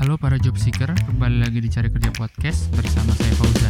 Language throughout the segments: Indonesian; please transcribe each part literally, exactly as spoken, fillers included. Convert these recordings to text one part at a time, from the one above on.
Halo para job seeker, kembali lagi di Cari Kerja Podcast bersama saya Fauzan.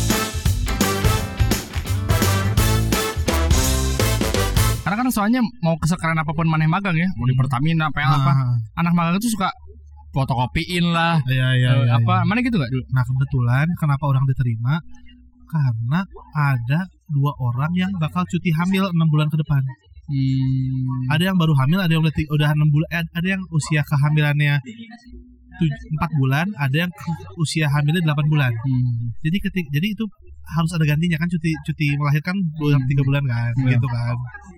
Karena kan soalnya mau kesekeren apapun maneh magang ya, mau di Pertamina, P L nah. apa, anak magang itu suka fotokopiin lah, iya, iya, uh, iya, apa, iya. mana gitu nggak dulu? Nah kebetulan kenapa orang diterima? Karena ada dua orang yang bakal cuti hamil enam bulan ke depan. Hmm. Ada yang baru hamil, ada yang udah udah enam bulan, eh, ada yang usia kehamilannya empat bulan, ada yang usia hamilnya delapan bulan. Hmm. Jadi ketik, jadi itu harus ada gantinya kan, cuti cuti melahirkan bulan tiga bulan kan, hmm. gitu kan.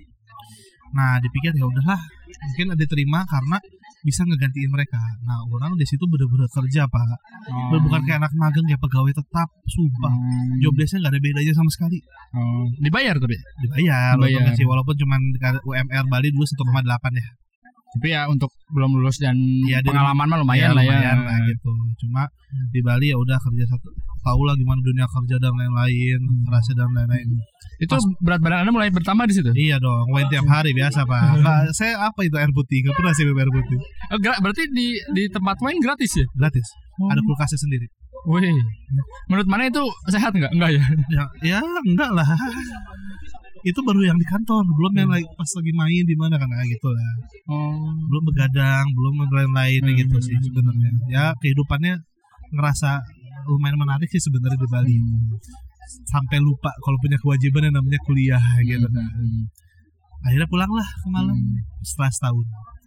Nah dipikir ya udahlah, mungkin diterima karena bisa ngegantiin mereka. Nah orang di situ bener-bener kerja pak, hmm. bukan kayak anak magang ya pegawai tetap, sumpah. Hmm. Job desk-nya nggak ada bedanya sama sekali. Hmm. Dibayar tapi? Dibayar, Dibayar. Sih, walaupun cuma U M R Bali dulu satu koma delapan ya. Tapi ya untuk belum lulus dan ya, pengalaman mah lumayan, ya, lah ya. Lumayan lah gitu. Cuma hmm. di Bali ya udah kerja satu, tahu lah gimana dunia kerja dan lain-lain, hmm. rasa dan lain-lain. Itu pas, berat badan Anda mulai bertambah di situ? Iya dong, main tiap hari biasa pak. Nah, saya apa itu air putih? Gak pernah sih minum air putih. Oh, gra- berarti di di tempat main gratis ya? Gratis. Oh. Ada kulkasnya sendiri. Wih, menurut mana itu sehat nggak? Enggak ya? Ya, ya enggak lah. Itu baru yang di kantor, belum yang lagi pas lagi main di mana kan, nah, gitu lah. Oh. Belum begadang, belum lain-lain hmm. gitu sih sebenarnya. Ya kehidupannya ngerasa lumayan menarik sih sebenarnya di Bali. Hmm. Sampai lupa kalau punya kewajiban yang namanya kuliah gitu kan. Hmm. Akhirnya pulanglah ke Malang hmm. setelah setahun.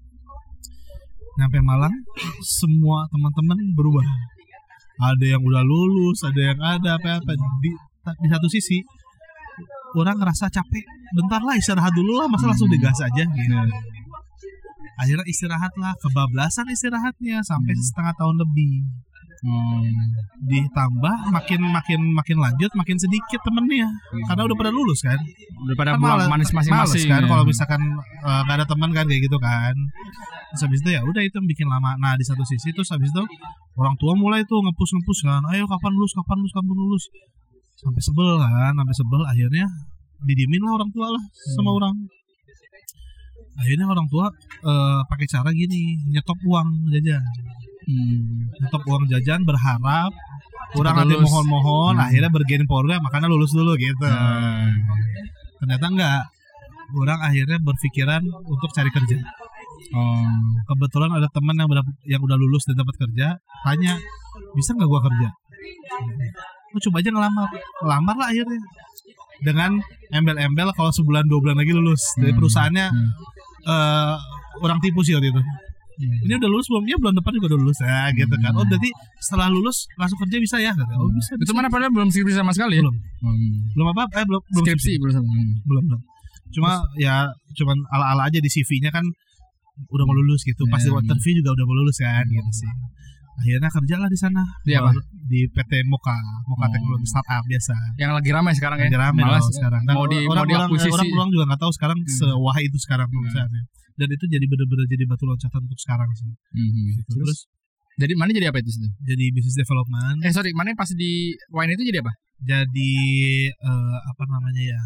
Nyampe Malang, semua teman-teman berubah. Ada yang udah lulus, ada yang ada apa-apa. Di, di satu sisi orang ngerasa capek, bentar lah istirahat dulu lah, masa langsung digas aja gitu. Akhirnya istirahat lah, kebablasan istirahatnya sampai hmm. setengah tahun lebih. Hmm. Ditambah makin makin makin lanjut makin sedikit temennya, hmm. karena udah pada lulus kan. Udah pada pulang manis masing-masing kan, ya. Kalau misalkan uh, gak ada teman kan kayak gitu kan. Terus habis itu ya udah itu bikin lama. Nah di satu sisi terus habis itu orang tua mulai tuh ngepus-ngepus kan, ayo kapan lulus, kapan lulus, kapan lulus. Sampai sebel kan, sampai sebel akhirnya didiemin lah orang tua lah sama hmm. orang. Akhirnya orang tua uh, pakai cara gini, nyetop uang jajan. Hmm. Nyetop uang jajan berharap orang nanti mohon-mohon, hmm. akhirnya bergen power makanya lulus dulu gitu. Hmm. Ternyata enggak. Orang akhirnya berpikiran untuk cari kerja. Hmm. Kebetulan ada teman yang, yang udah lulus dan dapat kerja, tanya, bisa nggak gua kerja? Oh, coba aja ngelamar, ngelamar lah akhirnya dengan embel-embel kalau sebulan dua bulan lagi lulus dari perusahaannya. Hmm. Uh, orang tipu sih waktu itu. Hmm. Ini udah lulus belum? Ya bulan depan juga udah lulus ya, gitu kan. Oh berarti setelah lulus langsung kerja bisa ya? Oh bisa. Itu bisa. Mana padahal belum skripsi sama sekali ya? Belum. Hmm. Belum apa? Eh belum. belum skripsi belum. Hmm. Belum belum. Cuma terus, ya cuman ala-ala aja di C V-nya kan udah mau lulus gitu. Pas di interview juga udah mau lulus kan, gitu sih. Akhirnya kerjalah di sana. Di apa? Di P T Moka, Moka oh. Teknologi Startup biasa. Yang lagi ramai sekarang lagi ya. Ramai malah sekarang. Dan mau di orang, mau diakuisisi. Orang, orang juga nggak tahu sekarang hmm. sewah itu sekarang perusahaannya. Hmm. Dan itu jadi benar-benar jadi batu loncatan untuk sekarang sih. Hmm. Gitu. Terus, Terus jadi mana jadi apa itu sih? Jadi business development. Eh sorry, mana pas di wine itu jadi apa? Jadi uh, apa namanya ya?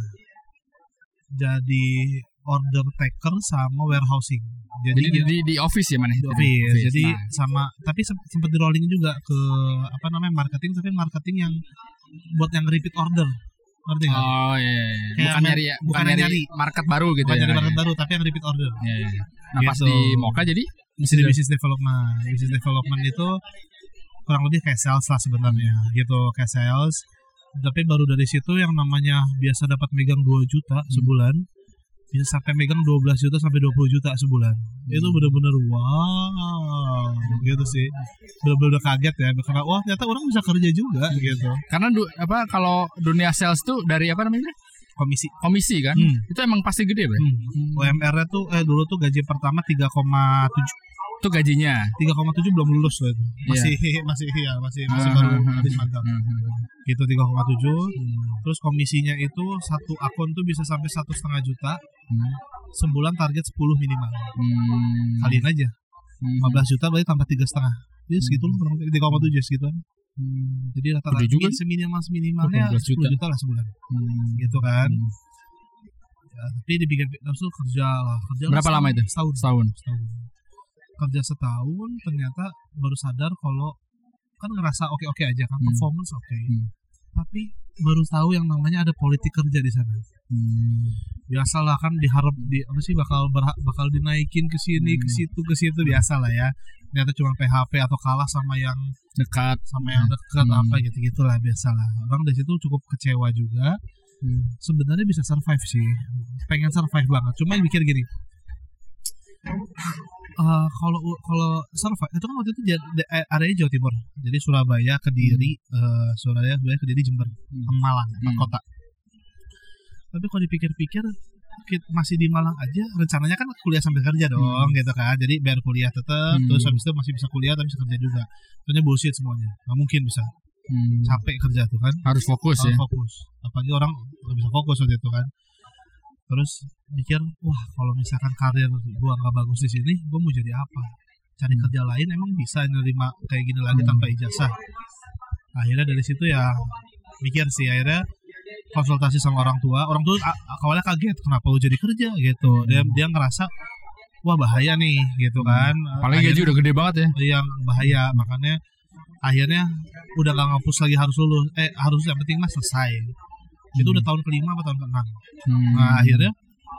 Jadi order taker sama warehousing. Jadi, jadi di, di office ya mana? Di office. office. Jadi nah. sama tapi sempat di rolling juga ke apa namanya marketing, tapi marketing yang buat yang repeat order. Ngerti enggak? Oh iya. iya. Bukan nyari ya, bukan, bukan nyari, nyari market baru gitu bukan ya. Bukan nyari market ya. baru tapi yang repeat order. Iya. iya. Nah, gitu. Pas di Moka jadi di business development. Business development itu kurang lebih kayak sales lah sebenarnya. Gitu, kayak sales. Tapi baru dari situ yang namanya biasa dapat megang dua juta hmm. sebulan. Bisa sampai megang dua belas juta sampai dua puluh juta sebulan. Hmm. Itu benar-benar wow gitu sih. Benar-benar kaget ya karena wah ternyata orang bisa kerja juga gitu. Karena du- apa kalau dunia sales tuh dari apa namanya? Komisi. Komisi kan? Hmm. Itu emang pasti gede, Bro. Hmm. Hmm. U M R-nya tuh eh dulu tuh gaji pertama tiga koma tujuh. Itu gajinya tiga koma tujuh belum lulus loh itu. Masih yeah. masih ya masih masih baru habis magang. Gitu tiga koma tujuh. Hmm. Terus komisinya itu satu akun tuh bisa sampai satu setengah juta. Hmm. Sebulan target sepuluh minimal. Hmm. Kaliin aja. Hmm. lima belas juta berarti tambah tiga setengah. Jadi segitu lah kurang lebih tiga koma tujuh segituan. Hmm. Jadi rata-rata seminimal seminimalnya sepuluh juta lah sebulan. Hmm. Gitu kan. Hmm. Ya, tapi dibikin langsung kerja lah. Kerja berapa lama itu? Setahun. Setahun. Setahun. kerja setahun ternyata baru sadar kalau kan ngerasa oke-oke aja kan, Hmm. performance oke, Hmm. tapi baru tahu yang namanya ada politik kerja di sana. Hmm. Biasalah kan diharap di apa sih bakal berha- bakal dinaikin ke sini Hmm. ke situ ke situ biasalah ya. Ternyata cuma P H P atau kalah sama yang Dekat. sama yang dekat Hmm. apa gitu-gitulah biasalah. Orang dari situ cukup kecewa juga. Hmm. Sebenarnya bisa survive sih, pengen survive banget. Cuma yang mikir gini, eh, kalau kalau survive itu kan waktu itu ja- de- eh, areanya Jawa Timur, jadi Surabaya, Kediri, eh, Surabaya, Surabaya, Kediri, Jember, Hmm. Malang, empat Hmm. kota. Tapi kalau dipikir-pikir kit- masih di Malang aja, rencananya kan kuliah sambil kerja dong, Hmm. gitu kan. Jadi biar kuliah tetap, Hmm. terus habis itu masih bisa kuliah tapi bisa kerja juga. Soalnya bullshit semuanya, nggak mungkin bisa. Hmm. Capek kerja tuh kan. Harus fokus Harus ya. fokus. Apalagi orang nggak bisa fokus waktu itu kan. Terus mikir, wah kalau misalkan karir gua nggak bagus di sini, gua mau jadi apa? Cari Hmm. kerja lain emang bisa nerima kayak gini lagi Hmm. tanpa ijazah. Akhirnya dari situ ya mikir sih, akhirnya konsultasi sama orang tua. Orang tua a- awalnya kaget, kenapa lu jadi kerja gitu. Dia dia ngerasa wah bahaya nih gitu kan. Apalagi gaji udah gede banget ya. Yang bahaya, makanya akhirnya udah gak ngapus lagi harus lulus. Eh harus yang penting mah selesai. Itu Hmm. udah tahun kelima atau tahun keenam. Hmm. Nah akhirnya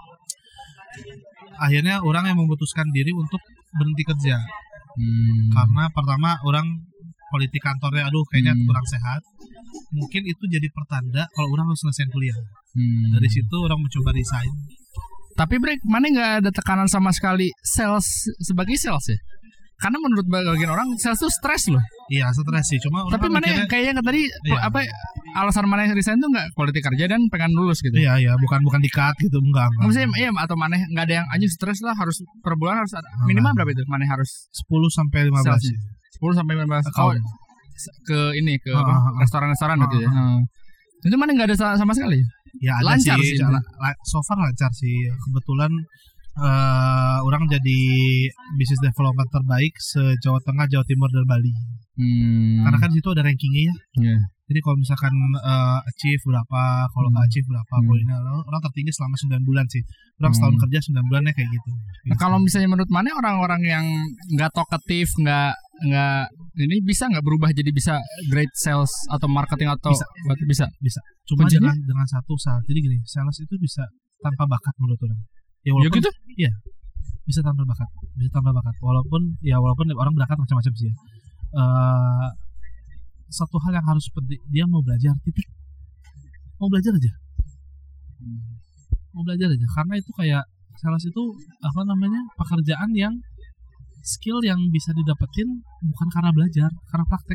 akhirnya orang yang memutuskan diri untuk berhenti kerja. Hmm. Karena pertama orang politik kantornya aduh kayaknya Hmm. kurang sehat. Mungkin itu jadi pertanda kalau orang harus selesai kuliah. Hmm. Dari situ orang mencoba resign. Tapi break, mana nggak ada tekanan sama sekali sales sebagai sales ya? Karena menurut bagian orang sales tuh stres loh. Iya stres sih, cuma orang Tapi kan mana mikirnya, kayaknya nggak tadi Iya. apa alasan mana yang resign tuh nggak politik kerja dan pengen lulus gitu. iya iya bukan bukan di-cut gitu enggak enggak. Maksudnya iya atau mana nggak ada yang anjing stres lah harus per bulan harus ada minimal berapa itu? Mana harus sepuluh sampai lima belas Sales. sih. sepuluh sampai lima belas Account. oh, ke ini ke Ah, apa? ah, ah. restoran-restoran gitu ya. Ah, ah. Hmm. Itu mana nggak ada sa- sama sekali. Ya ada Lancar sih, sih, cara, la- so far lancar sih. Kebetulan eh, orang jadi business developer terbaik se-Jawa Tengah, Jawa Timur dan Bali. Hmm. Karena kan situ ada rankingnya ya. Iya. Jadi kalau misalkan eh, achieve berapa, kalau nggak Hmm. achieve berapa, Hmm. poinnya orang, orang tertinggi selama sembilan bulan sih. Orang setahun Hmm. kerja sembilan bulannya kayak gitu. Nah, Gitu. kalau misalnya menurut mana orang-orang yang nggak talkative, nggak nggak ini bisa nggak berubah jadi bisa great sales atau marketing atau Bisa. buat- bisa. bisa. Cuma Kuncinya? dengan dengan satu syarat. Jadi gini, sales itu bisa tanpa bakat menurut orang. Ya Ya walaupun gitu. bisa tanpa bakat, bisa tanpa bakat. Walaupun ya walaupun orang berbakat macam-macam sih ya. Eh, satu hal yang harus penting, dia mau belajar titik. Mau belajar aja. Mau belajar aja karena itu kayak sales itu apa namanya? Pekerjaan yang skill yang bisa didapetin bukan karena belajar, karena praktek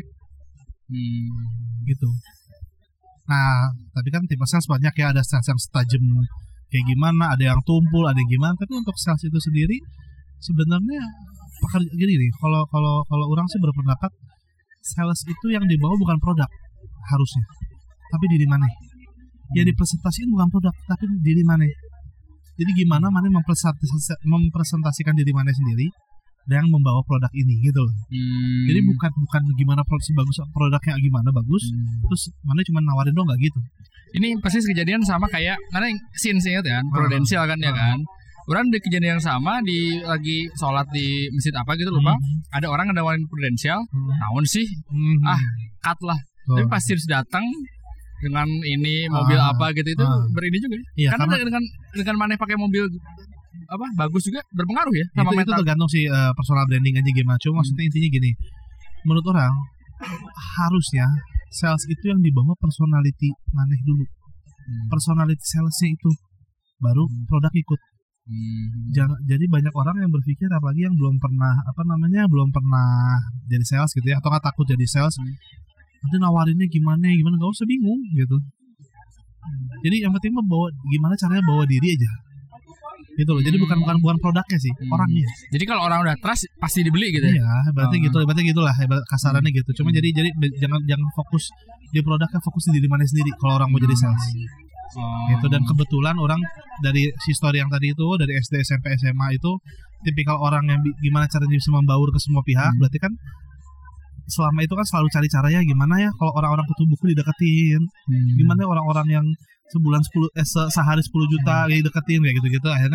Hmm. gitu. Nah, tapi kan tipe sales banyak ya, ada sales yang tajam kayak gimana, ada yang tumpul, ada yang gimana. Tapi untuk sales itu sendiri sebenarnya pekerja gini nih. Kalau kalau kalau orang sih berpendapat sales itu yang dibawa bukan produk harusnya, tapi diri mana. Yang dipresentasikan bukan produk, tapi diri mana. Jadi gimana mana mempresentasi- mempresentasikan diri mana sendiri dan yang membawa produk ini gitu loh. Hmm. Jadi bukan bukan gimana produk bagus, produknya gimana bagus, Hmm. terus mana cuma nawarin doang nggak gitu. Ini persis kejadian sama kayak karena scene sih kan, Prudential kan ya kan. Orang di kejadian yang sama di lagi sholat di masjid apa gitu lupa. Hmm. Ada orang ngedawarin Prudential, Hmm. naon sih? Hmm. Ah, cut lah. Oh. Tapi pasti harus datang dengan ini mobil Ah. apa gitu itu Ah. berini juga. Iya, Karena karena dengan dengan mana pakai mobil apa bagus juga berpengaruh ya sama itu, itu mental. tergantung sih eh, personal branding aja gimana. Cuma maksudnya intinya gini, menurut orang harusnya sales itu yang dibawa personality maneh dulu, Hmm. personality salesnya itu baru produk ikut. Hmm. Jangan, jadi banyak orang yang berpikir apalagi yang belum pernah apa namanya belum pernah jadi sales gitu ya atau nggak takut jadi sales, Hmm. nanti nawarinnya gimana gimana nggak usah bingung gitu. Jadi yang penting mah bawa gimana caranya bawa diri aja gitu loh. Jadi bukan bukan bukan produknya sih, Hmm. orangnya. Jadi kalau orang udah trust pasti dibeli gitu ya. Iya, berarti Oh. gitu, berarti gitulah, ibarat kasarannya gitu. Cuma Hmm. jadi jadi be- jangan jangan fokus di produknya, fokus di diri mana sendiri. Kalau orang mau jadi sales, Oh. gitu. Dan kebetulan orang dari si story yang tadi itu dari S D, S M P, S M A itu tipikal orang yang bi- gimana caranya bisa membaur ke semua pihak. Hmm. Berarti kan selama itu kan selalu cari caranya gimana ya kalau orang-orang kutu buku dideketin, Hmm. gimana ya orang-orang yang sebulan sepuluh eh se- sehari sepuluh juta dideketin kayak gitu-gitu. Akhirnya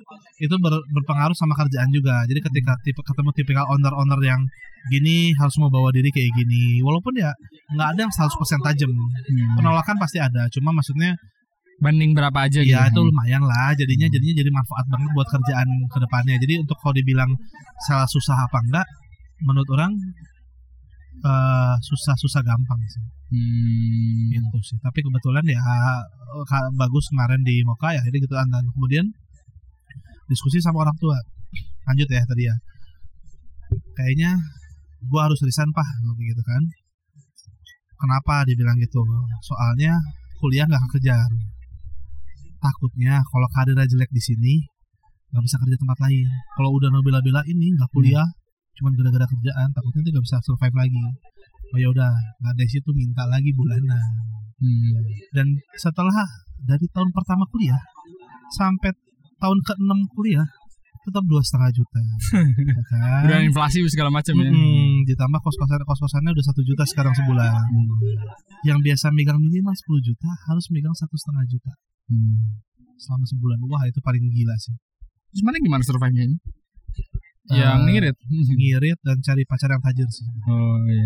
itu ber- berpengaruh sama kerjaan juga. Jadi ketika tipe ketemu tipikal owner-owner yang gini harus mau bawa diri kayak gini, walaupun ya nggak ada yang seratus persen tajam. Hmm. Penolakan pasti ada, cuma maksudnya Banding berapa aja gitu. ya itu lumayan lah. Jadinya jadinya jadi manfaat banget buat kerjaan kedepannya. Jadi untuk kalau dibilang salah susah apa enggak, menurut orang uh, susah-susah gampang sih. Hmm. Gitu sih. Tapi kebetulan ya ka- bagus kemarin di Moka ya. Jadi gitu dan kemudian diskusi sama orang tua. Lanjut ya tadi ya. Kayaknya gua harus resign Pak, gitu kan. Kenapa dibilang gitu? Soalnya kuliah nggak kekejar. Takutnya kalau karirnya jelek di sini nggak bisa kerja tempat lain. Kalau udah bela-bela ini nggak kuliah, cuma gara-gara kerjaan, takutnya dia nggak bisa survive lagi. Oh ya udah, nggak dari situ minta lagi bulanan. Hmm. Dan setelah dari tahun pertama kuliah sampai tahun keenam kuliah tetap dua setengah juta, ya kan? Udah inflasi segala macam ya. Hmm, ditambah kos-kosan kos-kosannya udah satu juta sekarang sebulan. Hmm. Yang biasa megang minimal sepuluh juta harus megang satu setengah juta Hmm. selama sebulan. Wah itu paling gila sih. Terus mana gimana survive-nya? Eh, Yang ngirit. Ngirit dan cari pacar yang tajir sih. Oh iya.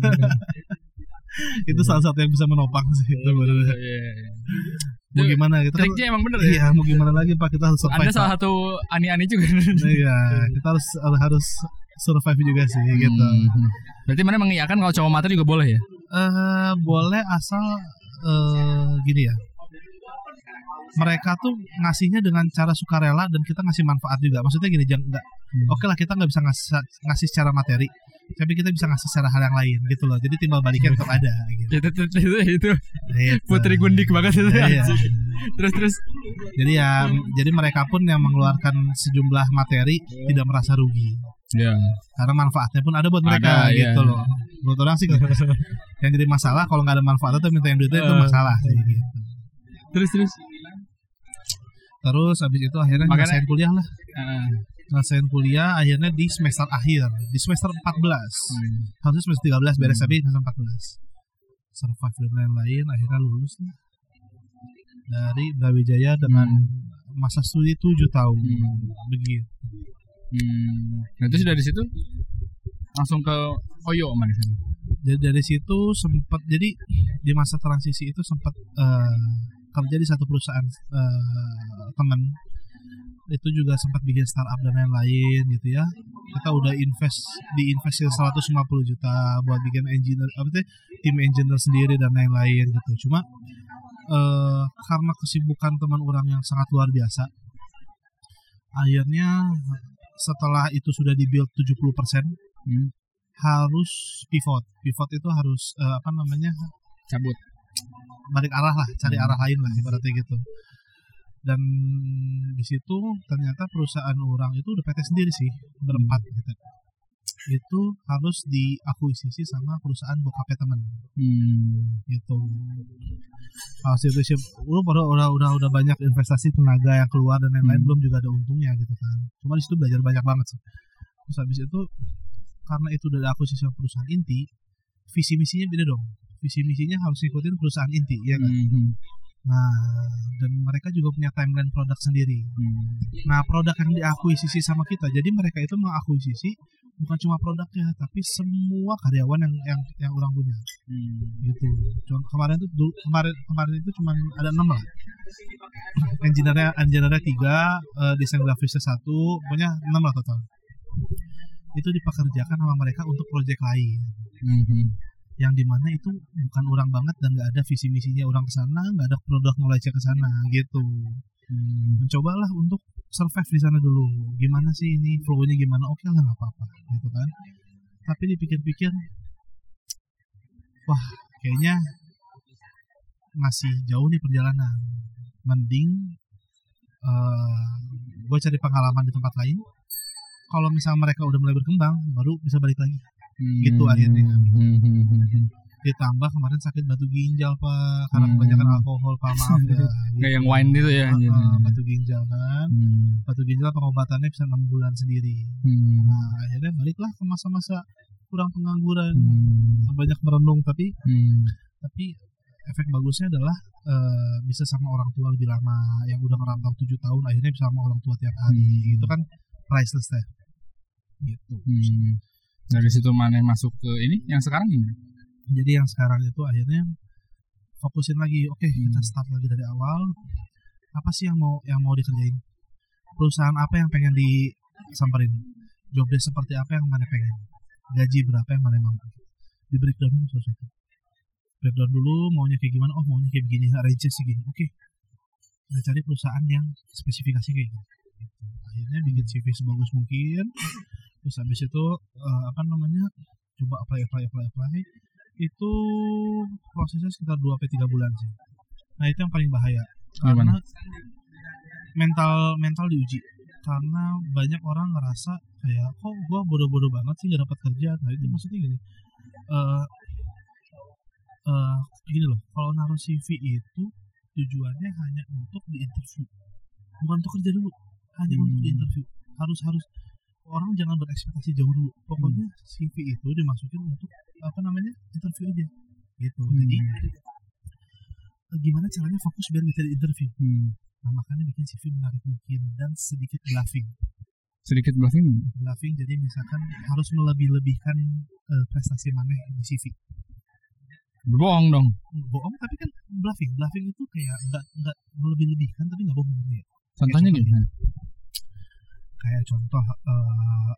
Itu salah satu yang bisa menopang sih. Itu bener. Iya, iya. Mau gimana gitu kan? Triknya emang bener ya. Iya, mau gimana lagi Pak, kita harus survive. Anda salah Pak. satu ani-ani juga. Iya, kita harus harus survive juga sih gitu. Hmm. Berarti mana mengiyakan kalau cowok mata juga boleh ya? Eh boleh asal eh gini ya. Mereka tuh ngasihnya dengan cara sukarela dan kita ngasih manfaat juga. Maksudnya gini, jangan enggak. Hmm. Oke lah, kita nggak bisa ngasih ngasih secara materi, tapi kita bisa ngasih secara hal yang lain gitu loh. Jadi timbal baliknya tetap ada gitu. Itu itu itu, itu. Gitu. Putri Gundik banget itu. Iya. Terus terus. Jadi ya, jadi mereka pun yang mengeluarkan sejumlah materi tidak merasa rugi. Ya. Karena manfaatnya pun ada buat mereka Ada, gitu iya. loh. Buat orang sih gitu. Yang jadi masalah kalau nggak ada manfaatnya tuh minta yang duitnya itu Uh. masalah sih gitu. Terus terus. Terus habis itu akhirnya Makanya- ngerasain kuliah lah. Ah. Ngerasain kuliah akhirnya di semester akhir, di semester empat belas. Hmm. Harusnya semester tiga belas beres, Hmm. tapi semester empat belas. Survive dan lain-lain akhirnya lulus lah. Dari Brawijaya dengan masa studi tujuh tahun. Hmm. Begitu. Hmm. Nah terus dari situ langsung ke Oyo mana di sana? Jadi dari situ sempat, jadi di masa transisi itu sempat eh, kerja di satu perusahaan eh, teman. Itu juga sempat bikin startup dan lain-lain gitu ya. Kita udah invest di investir seratus lima puluh juta buat bikin engineer apa sih, tim engineer sendiri dan lain-lain gitu. Cuma eh, karena kesibukan teman orang yang sangat luar biasa, akhirnya setelah itu sudah di-build tujuh puluh persen, Hmm. harus pivot. Pivot itu harus eh, apa namanya? Cabut. balik arah lah, cari Hmm. arah lain lah ibaratnya gitu. Dan di situ ternyata perusahaan orang itu udah P T sendiri sih, berempat gitu. Itu harus diakuisisi sama perusahaan bokapnya temen Hmm. gitu. Hasil itu sih, lu pada udah udah udah banyak investasi tenaga yang keluar dan lain-lain, Hmm. belum juga ada untungnya gitu kan. Cuma di situ belajar banyak banget sih. Terus habis itu karena itu udah diakuisisi sama perusahaan inti, visi misinya beda dong. Visi misinya harus ngikutin perusahaan inti ya kan. Hmm. Nah, dan mereka juga punya timeline produk sendiri. Hmm. Nah, produk yang diakuisisi sama kita, jadi mereka itu mengakuisisi bukan cuma produknya, tapi semua karyawan yang yang yang orang punya, Hmm. gitu. Contoh kemarin itu dulu, kemarin kemarin itu cuma ada enam lah. Engineer-nya engineer-nya tiga, eh, desain grafisnya satu, pokoknya enam lah total. Itu dipekerjakan sama mereka untuk proyek lain. Hmm. Yang dimana itu bukan orang banget dan nggak ada visi misinya orang ke sana, nggak ada produk knowledge ke sana gitu. Hmm. Mencobalah untuk survive di sana dulu. Gimana sih ini flow-nya gimana? Oke lah nggak apa-apa gitu kan. Tapi dipikir-pikir, wah kayaknya masih jauh nih perjalanan. Mending uh, gue cari pengalaman di tempat lain. Kalau misalnya mereka udah mulai berkembang, baru bisa balik lagi. Gitu akhirnya. Hmm. Hmm. Ditambah kemarin sakit batu ginjal Pak, karena Hmm. kebanyakan alkohol Pak, maaf ya. Kayak yang wine itu ya. Ah, anjir. ah, batu ginjal kan. Hmm. Batu ginjal pengobatannya bisa enam bulan sendiri. Hmm. Nah akhirnya baliklah ke masa-masa kurang pengangguran, Hmm. banyak merenung, tapi Hmm. tapi efek bagusnya adalah uh, bisa sama orang tua lebih lama, yang udah ngerantau tujuh tahun akhirnya bisa sama orang tua tiap hari, Hmm. itu kan priceless ya. Gitu. Hmm. Dari situ mana masuk ke ini yang sekarang gimana? Jadi yang sekarang itu akhirnya fokusin lagi, oke okay, Hmm. kita start lagi dari awal. Apa sih yang mau yang mau dikerjain? Perusahaan apa yang pengen disamperin? Job desk seperti apa yang mana pengen? Gaji berapa yang mana mampu? Di breakdown dulu satu-satu. Breakdown dulu maunya kayak gimana? Oh maunya kayak begini, range segini. Oke. Okay. Kita cari perusahaan yang spesifikasi kayak gitu. Akhirnya bikin C V sebagus mungkin. Terus habis itu uh, apa namanya? Coba apply apply apply apply. Itu prosesnya sekitar dua sampai tiga bulan sih. Nah, itu yang paling bahaya. Karena Gimana? mental mental diuji. Karena banyak orang ngerasa kayak kok gue bodoh-bodoh banget sih gak dapat kerja. Nah itu maksudnya gini, uh, uh, gini loh, kalau naruh C V itu tujuannya hanya untuk diinterview, bukan untuk kerja dulu, hanya Hmm. untuk diinterview. Harus harus orang jangan berekspektasi jauh dulu. Pokoknya C V itu dimasukin untuk apa namanya interview aja, gitu. Hmm. Jadi gimana caranya fokus biar bisa diinterview. Hmm. Nah makanya bikin C V menarik mungkin dan sedikit bluffing. Sedikit bluffing. Bluffing jadi misalkan harus melebih-lebihkan uh, prestasi maneh di C V. Berbohong dong. Bohong tapi kan bluffing. Bluffing itu kayak enggak enggak melebih-lebihkan tapi enggak bohong gitu ya. Contohnya Kayak gimana? Kayak contoh uh,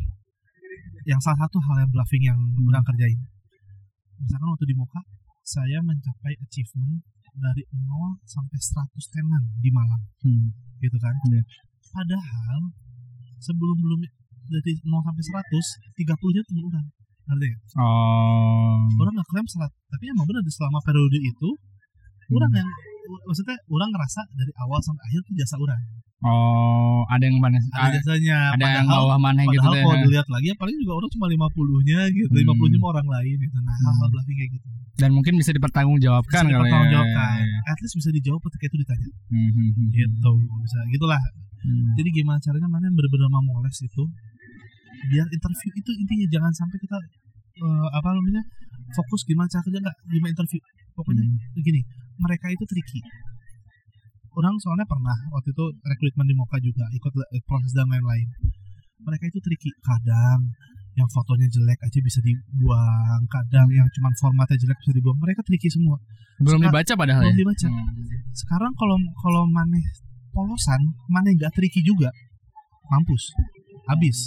yang salah satu hal yang bluffing yang Hmm. orang kerjain. Misalkan waktu di Moka saya mencapai achievement dari nol sampai seratus tenan di Malang. Hmm. Gitu kan. Iya. Padahal sebelum-belum dari nol sampai seratus tiga puluh nya temen orang. Ngerti ya? Oh. Orang nggak klaim selat, tapi emang benar di selama periode itu Hmm. orang yang maksudnya orang ngerasa dari awal sampai akhir itu jasa orang. Oh, ada yang mana? Ada jasanya. Ada yang padahal, bawah mana gitu padahal deh. kalau dilihat lagi paling juga orang cuma lima puluh-nya gitu, Hmm. lima puluh-nya mah orang lain gitu. Nah, hal-hal Hmm. bluffing kayak gitu. Dan mungkin bisa dipertanggungjawabkan Bisa kali ya. dipertanggungjawabkan. At least bisa dijawab ketika itu ditanya. Hmm, hmm, hmm. Gitu, bisa gitulah. Hmm. Jadi gimana caranya mana yang benar-benar memoles itu biar interview itu intinya jangan sampai kita uh, apa namanya fokus gimana cara kerja nggak gimana interview. Pokoknya Hmm. begini, mereka itu tricky. Orang soalnya pernah waktu itu rekrutmen di Moka juga ikut eh, proses dan lain-lain. Mereka itu tricky. Kadang yang fotonya jelek aja bisa dibuang, kadang yang cuman formatnya jelek bisa dibuang. Mereka tricky semua. Belum Seka- dibaca padahal belum ya. dibaca. Hmm. Sekarang kalau kalau maneh polosan, maneh nggak tricky juga, mampus, habis.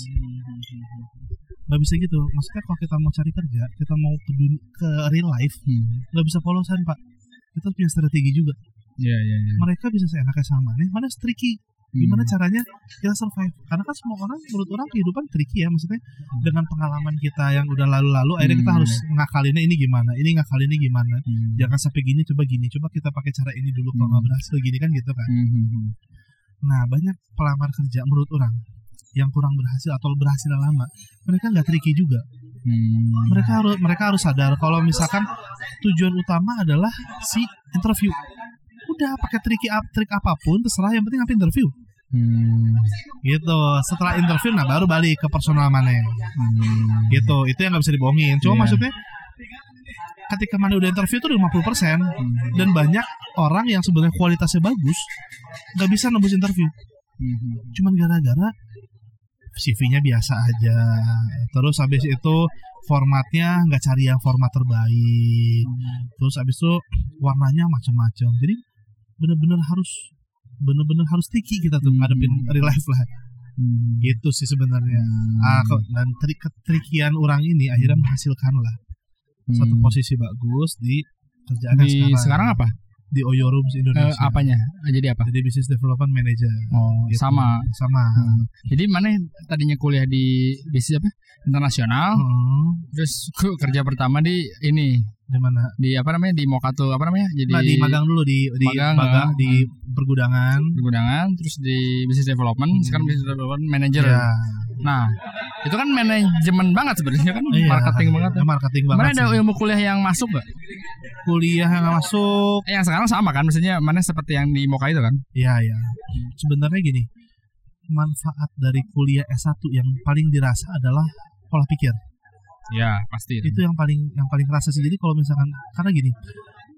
Nggak bisa gitu. Maksudnya kalau kita mau cari kerja, kita mau ke, dunia, ke real life, Hmm. nggak bisa polosan pak. Kita punya strategi juga. Iya, iya, iya. Mereka bisa seenaknya sama maneh, mana tricky. Gimana Hmm. caranya kita survive? Karena kan semua orang, menurut orang kehidupan tricky ya. Maksudnya dengan pengalaman kita yang udah lalu-lalu, akhirnya kita Hmm. harus ngakalinnya ini gimana, ini ngakalinnya gimana. Hmm. Jangan sampai gini, coba gini, coba kita pakai cara ini dulu kalau nggak Hmm. berhasil gini kan gitu kan. Hmm, hmm, hmm. Nah banyak pelamar kerja menurut orang yang kurang berhasil atau berhasil lama, mereka nggak tricky juga. Hmm. Mereka harus mereka harus sadar kalau misalkan tujuan utama adalah si interview. Udah pakai tricky ap- trik apapun terserah, yang penting apa interview. Hmm. Gitu. Setelah interview nah baru balik ke personal mana. Hmm. Gitu. Itu yang nggak bisa dibohongin. Cuma Iya. maksudnya ketika mana udah interview tuh udah lima puluh persen Hmm. dan banyak orang yang sebenarnya kualitasnya bagus nggak bisa nembus interview. Hmm. Cuman gara-gara C V-nya biasa aja. Terus habis itu formatnya nggak cari yang format terbaik. Terus habis itu warnanya macam-macam. Jadi benar-benar harus benar-benar harus tricky kita tuh Hmm. ngadepin real life lah. Hmm. Gitu sih sebenarnya. Hmm. Ah, kok- dan trik ketrikian orang ini akhirnya menghasilkan lah satu Hmm. posisi bagus di kerjaan yang Di sekarang. sekarang apa? Di Oyo Rooms Eh, Indonesia. apanya? Jadi apa? Jadi Business Development Manager. Oh, Gitu. sama. Sama. Hmm. Jadi mana tadinya kuliah di bisnis apa? Internasional, Heeh. terus ku kerja pertama di ini Di mana? di apa namanya di Mokato apa namanya? Jadi Nah, di magang dulu di di Magang, magang ah. di pergudangan. di gudangan, terus di business development, Hmm. sekarang business development manager. Ya. Nah, itu kan manajemen banget sebenarnya kan, Iya, marketing banget. ya, marketing banget. Mana ada sih. ilmu kuliah yang masuk gak? Kuliah yang nggak masuk. Eh, yang sekarang sama kan, maksudnya mana seperti yang di Moka itu kan? Iya, ya. Sebenarnya gini, manfaat dari kuliah S satu yang paling dirasa adalah pola pikir. Ya pasti. Itu yang paling yang paling kerasa sih. Jadi kalau misalkan karena gini,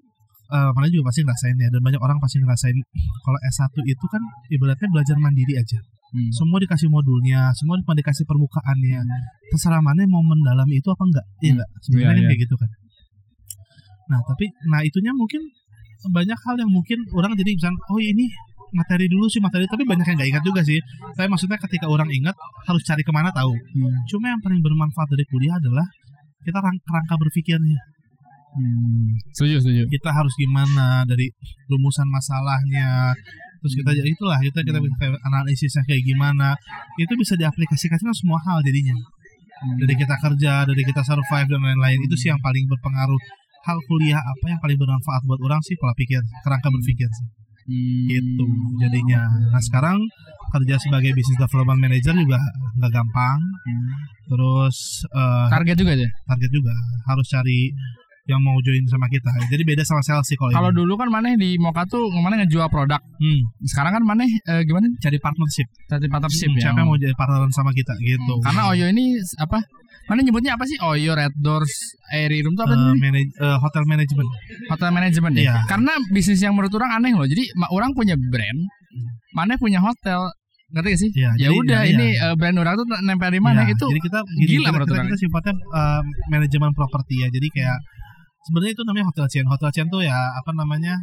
uh, mana juga pasti ngerasain ya, dan banyak orang pasti ngerasain kalau S satu itu kan ibaratnya belajar mandiri aja. Hmm. Semua dikasih modulnya, semua dikasih permukaannya. Hmm. Terserah mana mau mendalami itu apa enggak. Iya enggak? Sebenarnya yeah, kan yeah. kayak gitu kan. Nah, tapi nah itunya mungkin banyak hal yang mungkin orang jadi misalnya oh ini materi dulu sih materi, tapi banyak yang nggak ingat juga sih. Tapi maksudnya ketika orang ingat harus cari kemana tahu. Hmm. Cuma yang paling bermanfaat dari kuliah adalah kita rang- kerangka berpikirnya. Hmm. Setuju, setuju. Kita harus gimana dari rumusan masalahnya. Terus kita hmm. itulah kita kita hmm. analisisnya kayak gimana. Itu bisa diaplikasikan ke semua hal jadinya. Hmm. Dari kita kerja, dari kita survive dan lain-lain. Itu sih yang paling berpengaruh. Hal kuliah apa yang paling bermanfaat buat orang sih pola pikir, kerangka berpikir sih. Hmm. Gitu jadinya. Nah sekarang kerja sebagai business development manager juga nggak gampang. Hmm. Terus uh, target juga aja. Target juga harus cari yang mau join sama kita. Jadi beda sama sales sih kalau. Kalau dulu kan Maneh di Moka tuh mana ngejual produk. Hmm. Sekarang kan Maneh uh, gimana? Cari partnership. Cari partnership hmm, ya. Siapa yang mau jadi partneran sama kita gitu. Hmm. Karena Oyo ini apa? Mana nyebutnya apa sih? Oyo, Red Doors, Airy Room itu apa uh, sih? Manage, uh, hotel management. Hotel management ya. Yeah. Karena bisnis yang menurut orang aneh loh. Jadi orang punya brand, mana punya hotel, ngerti gak sih? Yeah, ya udah ya, ini ya. Uh, brand orang tuh nempel di mana yeah, itu? Jadi kita gini, gila kita, menurut kita, orang. Kita sifatnya uh, manajemen properti ya. Jadi kayak sebenarnya itu namanya hotel chain. Hotel chain tuh ya apa namanya?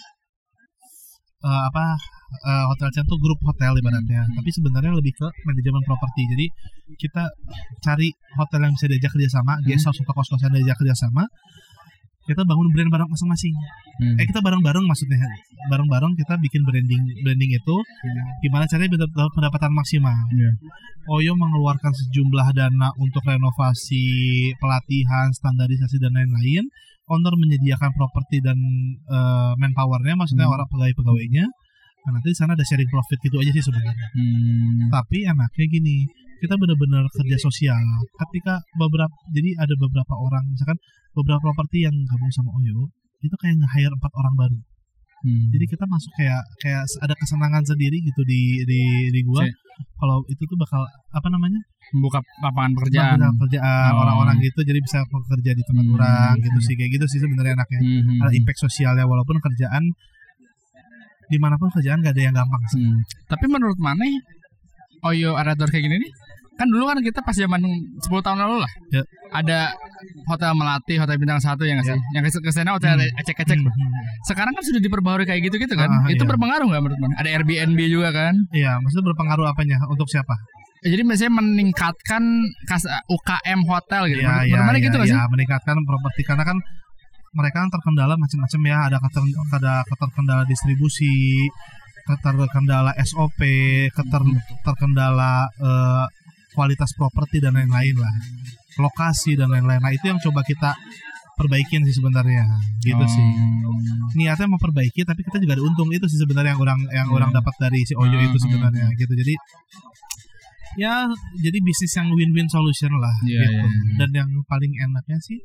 Uh, apa uh, hotel chain tuh grup hotel ibaratnya, hmm. tapi sebenarnya lebih ke manajemen properti. Jadi kita cari hotel yang bisa diajak kerjasama, hmm. guest house atau kos-kosan diajak kerjasama. Kita bangun brand bareng masing-masing. Hmm. Eh kita bareng-bareng maksudnya, bareng-bareng kita bikin branding branding itu, hmm. gimana caranya bisa dapat pendapatan maksimal. Yeah. Oyo mengeluarkan sejumlah dana untuk renovasi, pelatihan, standarisasi dan lain-lain. Owner menyediakan properti dan uh, manpowernya, maksudnya hmm. orang pegawai-pegawainya. Nah, nanti di sana ada sharing profit gitu aja sih sebenarnya. Hmm. Tapi enaknya gini, kita benar-benar kerja sosial. Ketika beberapa, jadi ada beberapa orang, misalkan beberapa properti yang gabung sama Oyo, itu kayak nge-hire empat orang baru. Hmm. Jadi kita masuk kayak kayak ada kesenangan sendiri gitu di di di gua. Kalau itu tuh bakal apa namanya? Membuka lapangan pekerjaan, lapangan pekerjaan oh. orang-orang gitu, jadi bisa bekerja di tempat hmm. orang gitu sih, kayak gitu sih sebenarnya enaknya. Hmm. Ada impact sosialnya walaupun kerjaan dimanapun kerjaan gak ada yang gampang sih. Hmm. Tapi menurut Maneh Oyo Arator kayak gini nih, kan dulu kan kita pas zaman sepuluh tahun lalu lah, ya. Ada hotel Melati, hotel bintang satu yang nggak sih, ya. Yang kesana hotel hmm. ecek-ecek. Hmm. Sekarang kan sudah diperbaharui kayak gitu-gitu kan, ah, itu iya. berpengaruh nggak menurut Maneh? Ada Airbnb juga kan? Iya, maksudnya berpengaruh apanya? Untuk siapa? Jadi misalnya meningkatkan kas, U K M hotel gitu. Ya, menurut Maneh ya, gitu nggak ya, sih? Ya, meningkatkan properti karena kan mereka kan terkendala macam-macam ya, ada keter, ada keterkendala distribusi, keterkendala S O P, keter, terkendala uh, kualitas properti dan lain-lain lah, lokasi dan lain-lain. Nah itu yang coba kita perbaikin sih sebenarnya, gitu oh. sih. Niatnya memperbaiki, tapi kita juga ada untung, itu sih sebenarnya yang orang yang hmm. orang dapat dari si Oyo hmm. itu sebenarnya, gitu. Jadi ya jadi bisnis yang win-win solution lah, yeah, gitu. Yeah, yeah. Dan yang paling enaknya sih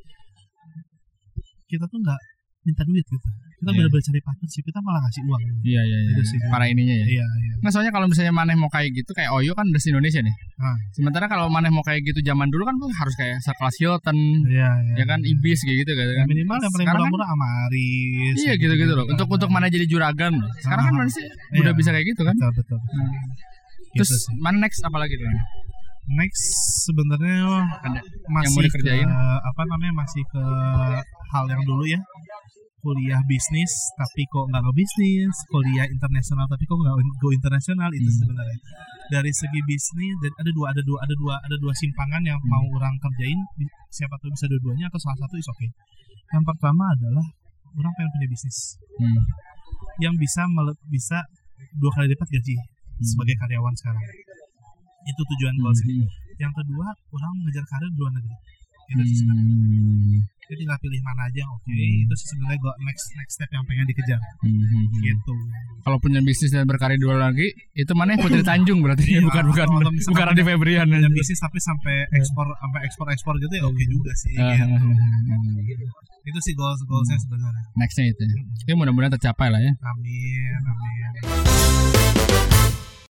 kita tuh nggak minta duit gitu, kita yeah. benar-benar cari partnership, kita malah ngasih uang. Iya iya iya. Para ininya ya. Iya iya. Nah soalnya kalau misalnya Maneh mau kayak gitu kayak Oyo kan dari Indonesia nih. Ah. Sementara kalau Maneh mau kayak gitu zaman dulu kan tuh harus kayak sekelas Hilton. Iya iya. Ya kan Ibis kayak gitu kan. Ya, minimal yang paling murah-murah kan, Amaris. Iya gitu gitu loh. Untuk untuk Maneh jadi juragan. Sekarang ah. kan Maneh sih iya. udah bisa kayak gitu kan. Betul betul. betul. Hmm. Terus gitu Maneh next apa lagi tuh? Next sebenarnya masih yang mau dikerjain ke, apa namanya masih ke hal yang dulu ya, kuliah bisnis tapi kok nggak ngebisnis, kuliah internasional tapi kok nggak go internasional. Itu hmm. sebenarnya dari segi bisnis ada dua ada dua ada dua ada dua simpangan yang hmm. mau orang kerjain, siapa tahu bisa dua-duanya atau salah satu is oke. Okay. Yang pertama adalah orang pengen punya bisnis hmm. yang bisa mele- bisa dua kali lipat gaji hmm. sebagai karyawan sekarang. Itu tujuan gue sih. Hmm. Yang kedua, orang mengejar karir di luar negeri. Itu sih sebenarnya. Hmm. Jadi tinggal pilih mana aja, oke. Okay. Hmm. Itu sih sebenarnya gue next next step yang pengen dikejar. Hmm. Gitu. Kalau punya bisnis dan berkarir di luar negeri, itu mana Putri Tanjung berarti ya, bukan bukan atau, atau bukan Randy Febrian. Punya bisnis tapi sampai ekspor sampai ekspor ekspor gitu ya, oke okay juga sih. Uh, gitu. Hmm. Itu sih goals goalsnya hmm. sebenarnya. Nextnya itu. Ya mudah-mudahan tercapai lah ya. Amin, amin.